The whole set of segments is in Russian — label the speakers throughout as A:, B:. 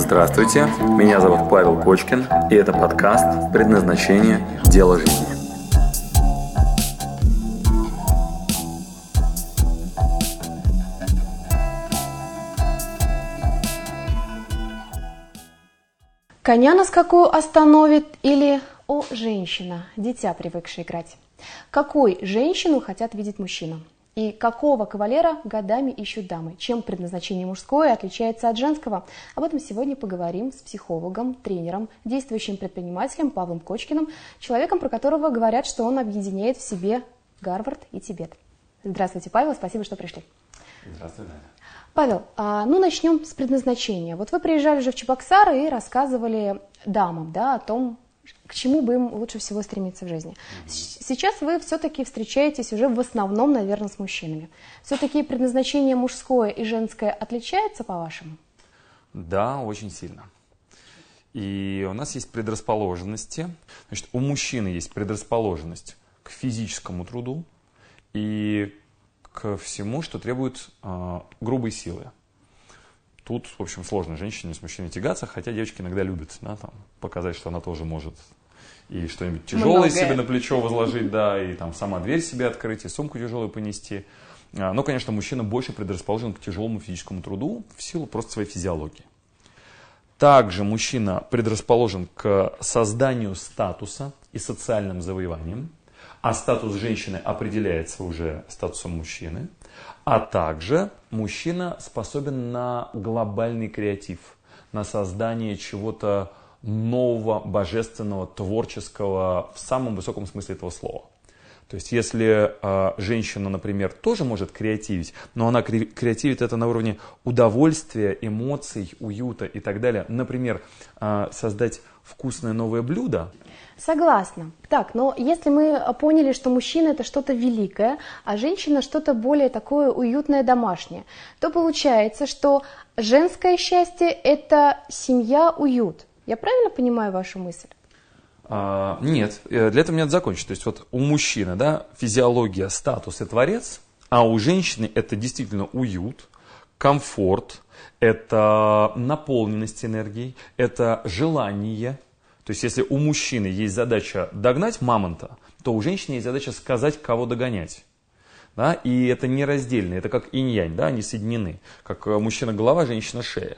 A: Здравствуйте, меня зовут Павел Кочкин, и это подкаст «Предназначение. Дело жизни».
B: Коня на скаку остановит или «О, женщина, дитя, привыкшая играть». Какой женщину хотят видеть мужчина? И какого кавалера годами ищут дамы? Чем предназначение мужское отличается от женского? Об этом сегодня поговорим с психологом, тренером, действующим предпринимателем Павлом Кочкиным, человеком, про которого говорят, что он объединяет в себе Гарвард и Тибет. Здравствуйте, Павел, спасибо, что пришли.
C: Здравствуй, Даня.
B: Павел, начнем с предназначения. Вот вы приезжали же в Чебоксары и рассказывали дамам, о том, к чему бы им лучше всего стремиться в жизни. Сейчас вы все-таки встречаетесь уже в основном, наверное, с мужчинами. Все-таки предназначение мужское и женское отличается, по-вашему?
C: Да, очень сильно. И у нас есть предрасположенности. Значит, у мужчины есть предрасположенность к физическому труду и к всему, что требует грубой силы. Тут, в общем, сложно женщине с мужчиной тягаться, хотя девочки иногда любят показать, что она тоже может и что-нибудь тяжелое себе на плечо возложить, и там сама дверь себе открыть, и сумку тяжелую понести. Но, конечно, мужчина больше предрасположен к тяжелому физическому труду в силу просто своей физиологии. Также мужчина предрасположен к созданию статуса и социальным завоеваниям, а статус женщины определяется уже статусом мужчины. А также мужчина способен на глобальный креатив, на создание чего-то нового, божественного, творческого в самом высоком смысле этого слова. То есть если женщина, например, тоже может креативить, но она креативит это на уровне удовольствия, эмоций, уюта и так далее. Например, создать вкусное новое блюдо.
B: Согласна. Так, но если мы поняли, что мужчина это что-то великое, а женщина что-то более такое уютное, домашнее, то получается, что женское счастье это семья, уют. Я правильно понимаю вашу мысль?
C: Нет, для этого мне надо закончить. То есть вот у мужчины физиология, статус и творец, а у женщины это действительно уют, комфорт, это наполненность энергией, это желание. То есть если у мужчины есть задача догнать мамонта, то у женщины есть задача сказать, кого догонять. И это нераздельно, это как инь-янь, они соединены. Как мужчина голова, женщина шея.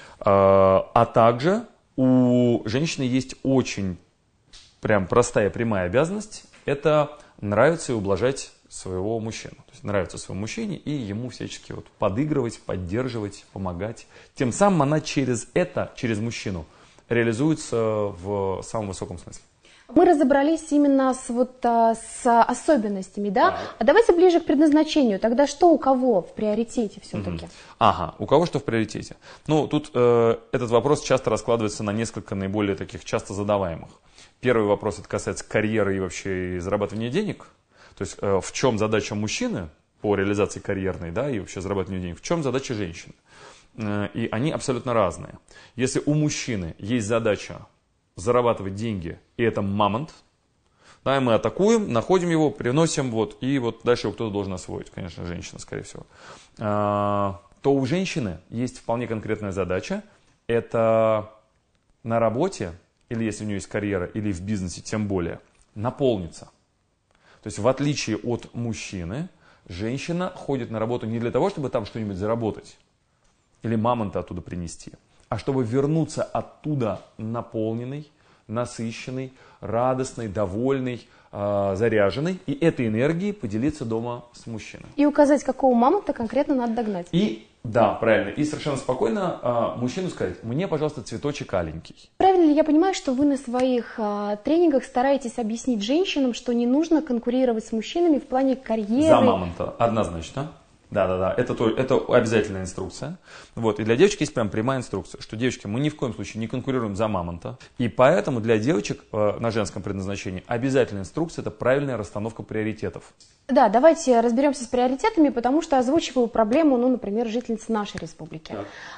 C: А также у женщины есть очень прям простая прямая обязанность, это нравится и ублажать своего мужчину. То есть нравится своему мужчине и ему всячески подыгрывать, поддерживать, помогать. Тем самым она через мужчину, реализуется в самом высоком смысле.
B: Мы разобрались именно с особенностями, А давайте ближе к предназначению. Тогда что у кого в приоритете все-таки?
C: У кого что в приоритете? Тут этот вопрос часто раскладывается на несколько наиболее таких часто задаваемых. Первый вопрос, это касается карьеры и вообще зарабатывания денег. То есть в чем задача мужчины по реализации карьерной, и вообще зарабатыванию денег, в чем задача женщины. И они абсолютно разные. Если у мужчины есть задача зарабатывать деньги, и это мамонт, и мы атакуем, находим его, приносим, и дальше его кто-то должен освоить, конечно, женщина, скорее всего, то у женщины есть вполне конкретная задача, это на работе, или если у нее есть карьера, или в бизнесе, тем более, наполниться. То есть в отличие от мужчины, женщина ходит на работу не для того, чтобы там что-нибудь заработать, или мамонта оттуда принести, а чтобы вернуться оттуда наполненный, насыщенный, радостный, довольный, заряженный, и этой энергией поделиться дома с мужчиной.
B: И указать, какого мамонта конкретно надо догнать.
C: Правильно. И совершенно спокойно мужчину сказать: мне, пожалуйста, цветочек аленький.
B: Правильно ли я понимаю, что вы на своих тренингах стараетесь объяснить женщинам, что не нужно конкурировать с мужчинами в плане карьеры?
C: За мамонта, однозначно. Да, это обязательная инструкция. И для девочек есть прям прямая инструкция, что, девочки, мы ни в коем случае не конкурируем за мамонта. И поэтому для девочек на женском предназначении обязательная инструкция – это правильная расстановка приоритетов.
B: Да, давайте разберемся с приоритетами, потому что озвучиваю проблему, например, жительницы нашей республики.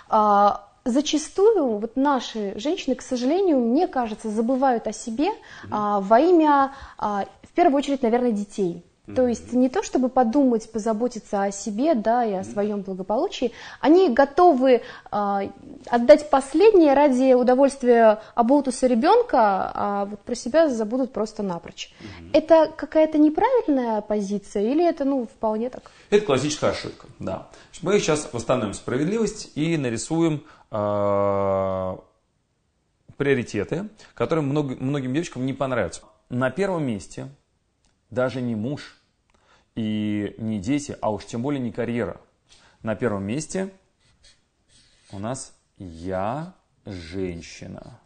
B: Зачастую наши женщины, к сожалению, мне кажется, забывают о себе во имя, в первую очередь, наверное, детей. То есть не то, чтобы подумать, позаботиться о себе, да, и о своем благополучии, они готовы отдать последнее ради удовольствия оболтуса ребенка, а вот про себя забудут просто напрочь. Это какая-то неправильная позиция или это, вполне так?
C: Это классическая ошибка, да. Мы сейчас восстановим справедливость и нарисуем приоритеты, которые многим девочкам не понравятся. На первом месте даже не муж и не дети, а уж тем более не карьера. На первом месте у нас я женщина.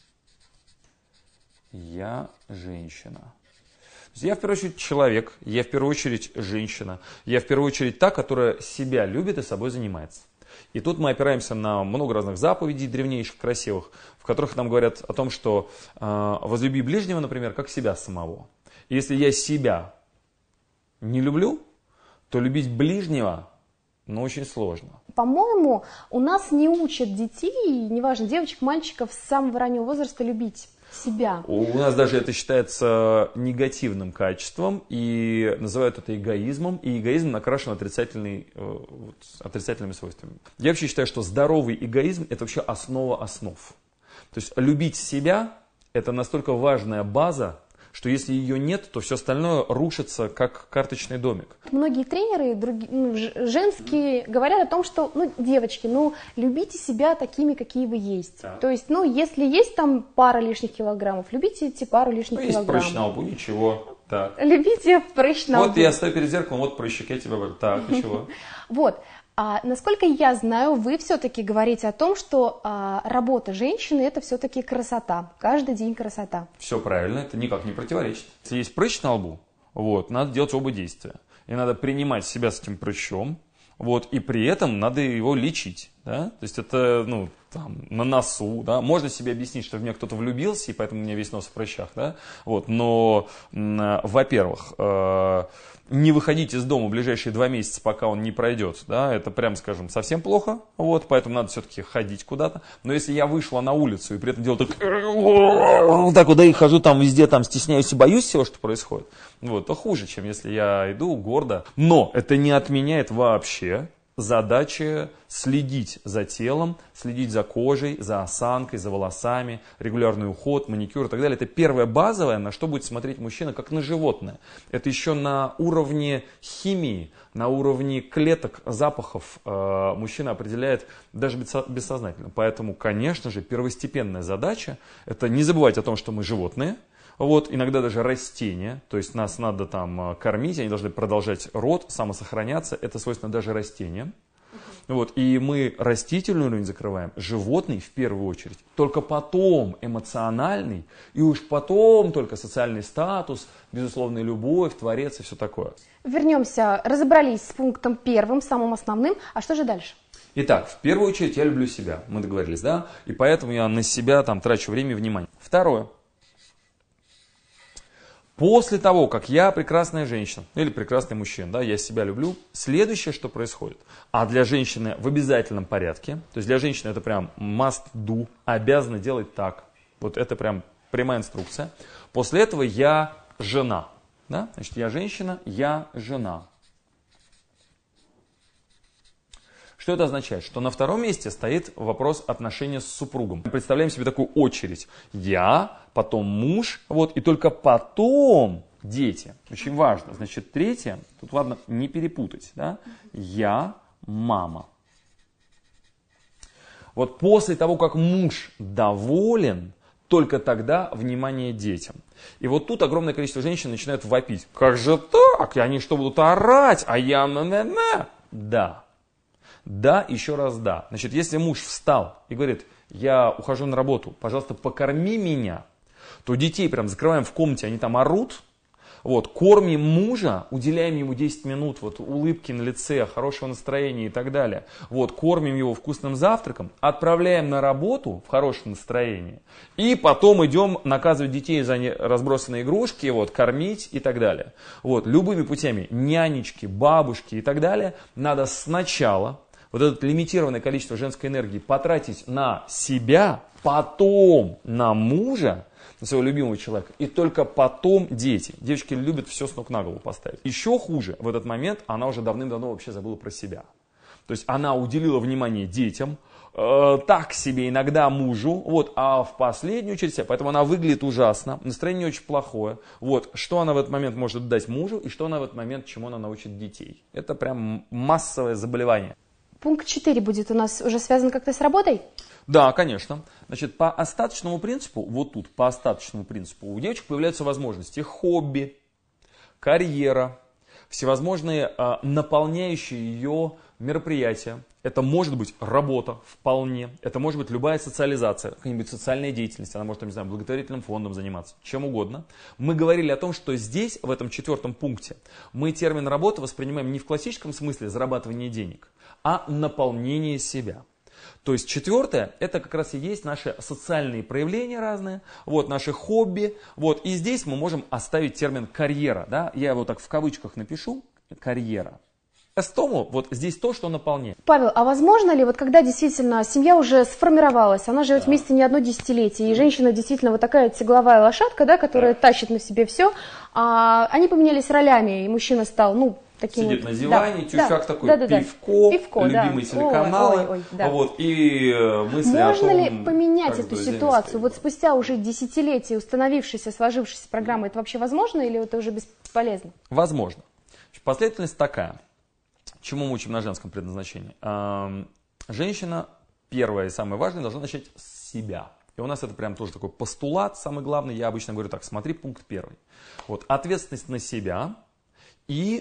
C: Я женщина. Я в первую очередь человек, я в первую очередь женщина, я в первую очередь та, которая себя любит и собой занимается. И тут мы опираемся на много разных заповедей древнейших, красивых, в которых нам говорят о том, что возлюби ближнего, например, как себя самого. И если я себя не люблю, то любить ближнего, очень сложно.
B: По-моему, у нас не учат детей, неважно, девочек, мальчиков, с самого раннего возраста любить себя.
C: У нас даже это считается негативным качеством и называют это эгоизмом. И эгоизм накрашен отрицательными свойствами. Я вообще считаю, что здоровый эгоизм – это вообще основа основ. То есть любить себя – это настолько важная база, что если ее нет, то все остальное рушится, как карточный домик.
B: Многие тренеры, женские, говорят о том, что, девочки, любите себя такими, какие вы есть. Да. То есть, если есть там пара лишних килограммов, любите эти пару лишних килограммов.
C: Есть прыщ на лбу, ничего. Так.
B: Любите прыщ на лбу.
C: Вот я стою перед зеркалом, вот прыщик, я тебя говорю, так, ничего.
B: Вот. А насколько я знаю, вы все-таки говорите о том, что работа женщины – это все-таки красота. Каждый день красота.
C: Все правильно, это никак не противоречит. Если есть прыщ на лбу, надо делать оба действия. И надо принимать себя с этим прыщом, и при этом надо его лечить. Да? То есть это на носу. Да? Можно себе объяснить, что в меня кто-то влюбился, и поэтому у меня весь нос в прыщах. Да? Но, во-первых, не выходить из дома в ближайшие 2 месяца, пока он не пройдет, да, это, прям скажем, совсем плохо, поэтому надо все-таки ходить куда-то. Но если я вышла на улицу и при этом делаю так и хожу там везде, стесняюсь и боюсь всего, что происходит, то хуже, чем если я иду гордо. Но это не отменяет вообще задача следить за телом, следить за кожей, за осанкой, за волосами, регулярный уход, маникюр и так далее. Это первое базовое, на что будет смотреть мужчина, как на животное. Это еще на уровне химии, на уровне клеток, запахов мужчина определяет даже бессознательно. Поэтому, конечно же, первостепенная задача – это не забывать о том, что мы животные. Иногда даже растения, то есть нас надо кормить, они должны продолжать род, самосохраняться, это свойственно даже растениям. И мы растительный уровень закрываем, животный в первую очередь, только потом эмоциональный, и уж потом только социальный статус, безусловная любовь, творец и все такое.
B: Вернемся, разобрались с пунктом 1, самым основным, а что же дальше?
C: Итак, в первую очередь я люблю себя, мы договорились, да, и поэтому я на себя трачу время и внимание. Второе. После того, как я прекрасная женщина, или прекрасный мужчина, да, я себя люблю, следующее, что происходит, а для женщины в обязательном порядке, то есть для женщины это прям must do, обязана делать так, это прям прямая инструкция. После этого я жена, да, значит, я женщина, я жена. Что это означает? Что на втором месте стоит вопрос отношения с супругом. Мы представляем себе такую очередь. Я, потом муж, и только потом дети. Очень важно. Значит, третье, тут ладно не перепутать. Да? Я, мама. После того, как муж доволен, только тогда внимание детям. И тут огромное количество женщин начинают вопить. Как же так? И они что, будут орать? А я на-на-на. Да. Да, еще раз да. Значит, если муж встал и говорит, я ухожу на работу, пожалуйста, покорми меня, то детей прям закрываем в комнате, они там орут, кормим мужа, уделяем ему 10 минут улыбки на лице, хорошего настроения и так далее. Кормим его вкусным завтраком, отправляем на работу в хорошем настроении. И потом идем наказывать детей за разбросанные игрушки, кормить и так далее. Любыми путями, нянечки, бабушки и так далее, надо сначала вот это лимитированное количество женской энергии потратить на себя, потом на мужа, на своего любимого человека, и только потом дети. Девочки любят все с ног на голову поставить. Еще хуже, в этот момент она уже давным-давно вообще забыла про себя. То есть она уделила внимание детям, так себе иногда мужу, вот, а в последнюю очередь себя. Поэтому она выглядит ужасно, настроение очень плохое. Вот, что она в этот момент может дать мужу и что она в этот момент, чему она научит детей. Это прям массовое заболевание.
B: Пункт 4 будет у нас уже связан как-то с работой?
C: Да, конечно. Значит, по остаточному принципу, вот тут, по остаточному принципу, у девочек появляются возможности хобби, карьера, всевозможные наполняющие ее мероприятия. Это может быть работа вполне, это может быть любая социализация, какая-нибудь социальная деятельность, она может, не знаю, благотворительным фондом заниматься, чем угодно. Мы говорили о том, что здесь, в этом 4 пункте, мы термин работа воспринимаем не в классическом смысле зарабатывания денег, а наполнение себя. То есть 4 это как раз и есть наши социальные проявления разные, вот наши хобби, вот, и здесь мы можем оставить термин карьера, да? Я его так в кавычках напишу, карьера. Простому, вот здесь то, что наполняет.
B: Павел, а возможно ли, вот когда действительно семья уже сформировалась, она живет вместе не одно десятилетие, и женщина действительно вот такая тягловая лошадка, да, которая тащит на себе все, они поменялись ролями, и мужчина стал, таким
C: сидит
B: вот,
C: на диване, тюфяк такой, пивко, любимые телеканалы, вот, и мысли о том...
B: Можно ли поменять эту ситуацию? Вот спустя уже десятилетия установившейся, сложившейся программы, это вообще возможно или это уже бесполезно?
C: Возможно. Последовательность такая. Чему мы учим на женском предназначении? Женщина, первое и самое важное, должна начать с себя. И у нас это прям тоже такой постулат, самый главный. Я обычно говорю так, смотри пункт 1. Вот, ответственность на себя и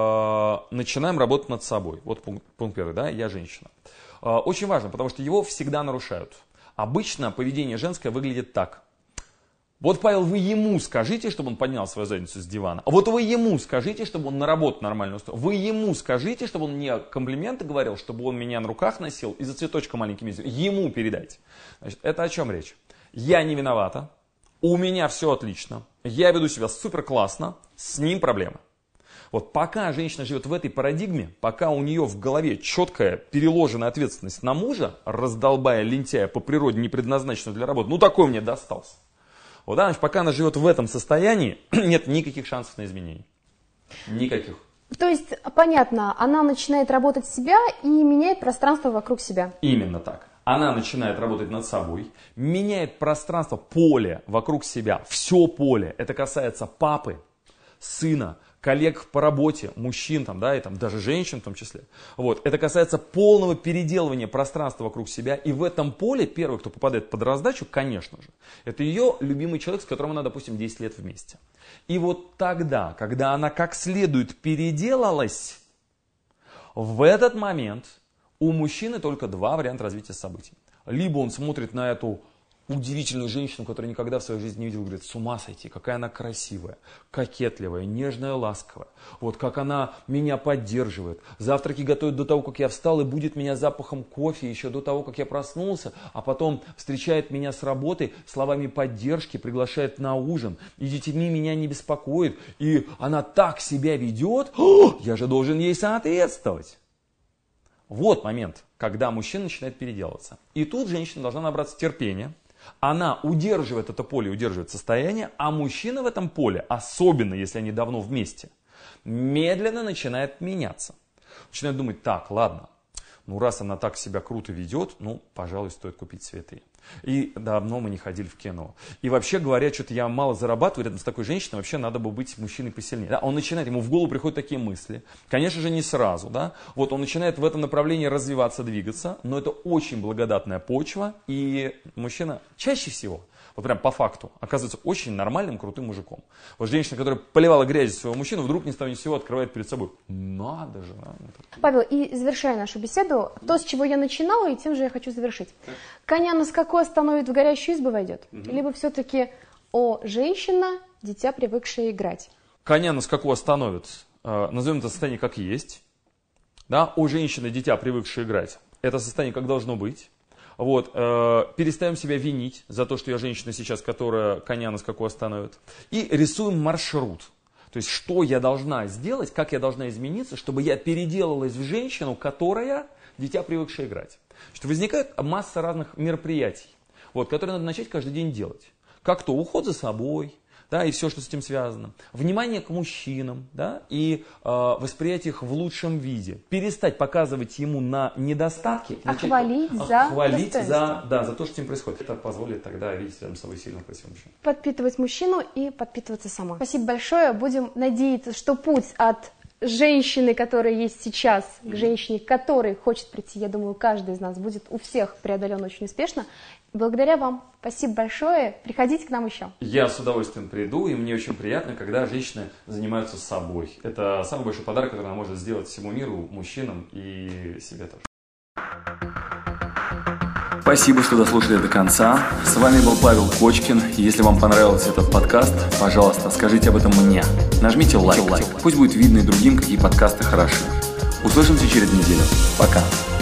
C: начинаем работать над собой. Вот пункт 1, да, я женщина. Очень важно, потому что его всегда нарушают. Обычно поведение женское выглядит так. Вот, Павел, вы ему скажите, чтобы он поднял свою задницу с дивана. А вот вы ему скажите, чтобы он на работу нормально устроил. Вы ему скажите, чтобы он мне комплименты говорил, чтобы он меня на руках носил и за цветочком маленьким ездил. Ему передайте. Значит, это о чем речь? Я не виновата, у меня все отлично, я веду себя супер классно, с ним проблемы. Вот пока женщина живет в этой парадигме, пока у нее в голове четкая переложенная ответственность на мужа, раздолбая лентяя по природе, не предназначенную для работы, такой мне достался. Вот, да, значит, пока она живет в этом состоянии, нет никаких шансов на изменения. Никаких.
B: То есть, понятно, она начинает работать с себя и меняет пространство вокруг себя.
C: Именно так. Она начинает работать над собой, меняет пространство, поле вокруг себя, все поле. Это касается папы, сына, коллег по работе, мужчин, и даже женщин в том числе. Вот. Это касается полного переделывания пространства вокруг себя. И в этом поле первый, кто попадает под раздачу, конечно же, это ее любимый человек, с которым она, допустим, 10 лет вместе. И вот тогда, когда она как следует переделалась, в этот момент у мужчины только 2 варианта развития событий. Либо он смотрит на эту удивительную женщину, которую никогда в своей жизни не видел, говорит, с ума сойти, какая она красивая, кокетливая, нежная, ласковая. Вот как она меня поддерживает. Завтраки готовит до того, как я встал, и будет меня запахом кофе еще до того, как я проснулся, а потом встречает меня с работы словами поддержки, приглашает на ужин, и детьми меня не беспокоит, и она так себя ведет, я же должен ей соответствовать. Вот момент, когда мужчина начинает переделываться. И тут женщина должна набраться терпения. Она удерживает это поле, удерживает состояние, а мужчина в этом поле, особенно если они давно вместе, медленно начинает меняться. Начинает думать, так, ладно, раз она так себя круто ведет, пожалуй, стоит купить цветы. И давно мы не ходили в кино. И вообще говоря, что-то я мало зарабатываю рядом с такой женщиной, вообще надо бы быть мужчиной посильнее. Да? Он начинает, ему в голову приходят такие мысли. Конечно же, не сразу. Да? Вот он начинает в этом направлении развиваться, двигаться, но это очень благодатная почва, и мужчина чаще всего, вот прям по факту, оказывается очень нормальным, крутым мужиком. Вот женщина, которая поливала грязью своего мужчину, вдруг ни с того ни с сего открывает перед собой. Надо же.
B: Павел, и завершая нашу беседу, то, с чего я начинала, и тем же я хочу завершить. Коня на скаку остановит, в горящую избу войдет? Либо все-таки женщина, дитя, привыкшее играть?
C: Коня на скаку остановит. Назовем это состояние как есть. Да? Женщина, дитя, привыкшее играть. Это состояние как должно быть. Вот, перестаем себя винить за то, что я женщина сейчас, которая коня на скаку остановит. И рисуем маршрут. То есть, что я должна сделать, как я должна измениться, чтобы я переделалась в женщину, которая дитя, привыкшее играть. Значит, возникает масса разных мероприятий, которые надо начать каждый день делать. Как то уход за собой, да, и все, что с этим связано. Внимание к мужчинам, да, и восприятие их в лучшем виде. Перестать показывать ему на недостатки.
B: Хвалить
C: за то, что с ним происходит. Это позволит тогда видеть рядом с собой сильного, красивого мужчину.
B: Подпитывать мужчину и подпитываться сама. Спасибо большое. Будем надеяться, что путь от женщины, которая есть сейчас, к женщине, к которой хочет прийти, я думаю, каждый из нас будет у всех преодолен очень успешно. Благодаря вам. Спасибо большое. Приходите к нам еще.
C: Я с удовольствием приду, и мне очень приятно, когда женщины занимаются собой. Это самый большой подарок, который она может сделать всему миру, мужчинам и себе тоже.
A: Спасибо, что дослушали до конца. С вами был Павел Кочкин. Если вам понравился этот подкаст, пожалуйста, скажите об этом мне. Нажмите лайк. Пусть будет видно и другим, какие подкасты хороши. Услышимся через неделю. Пока.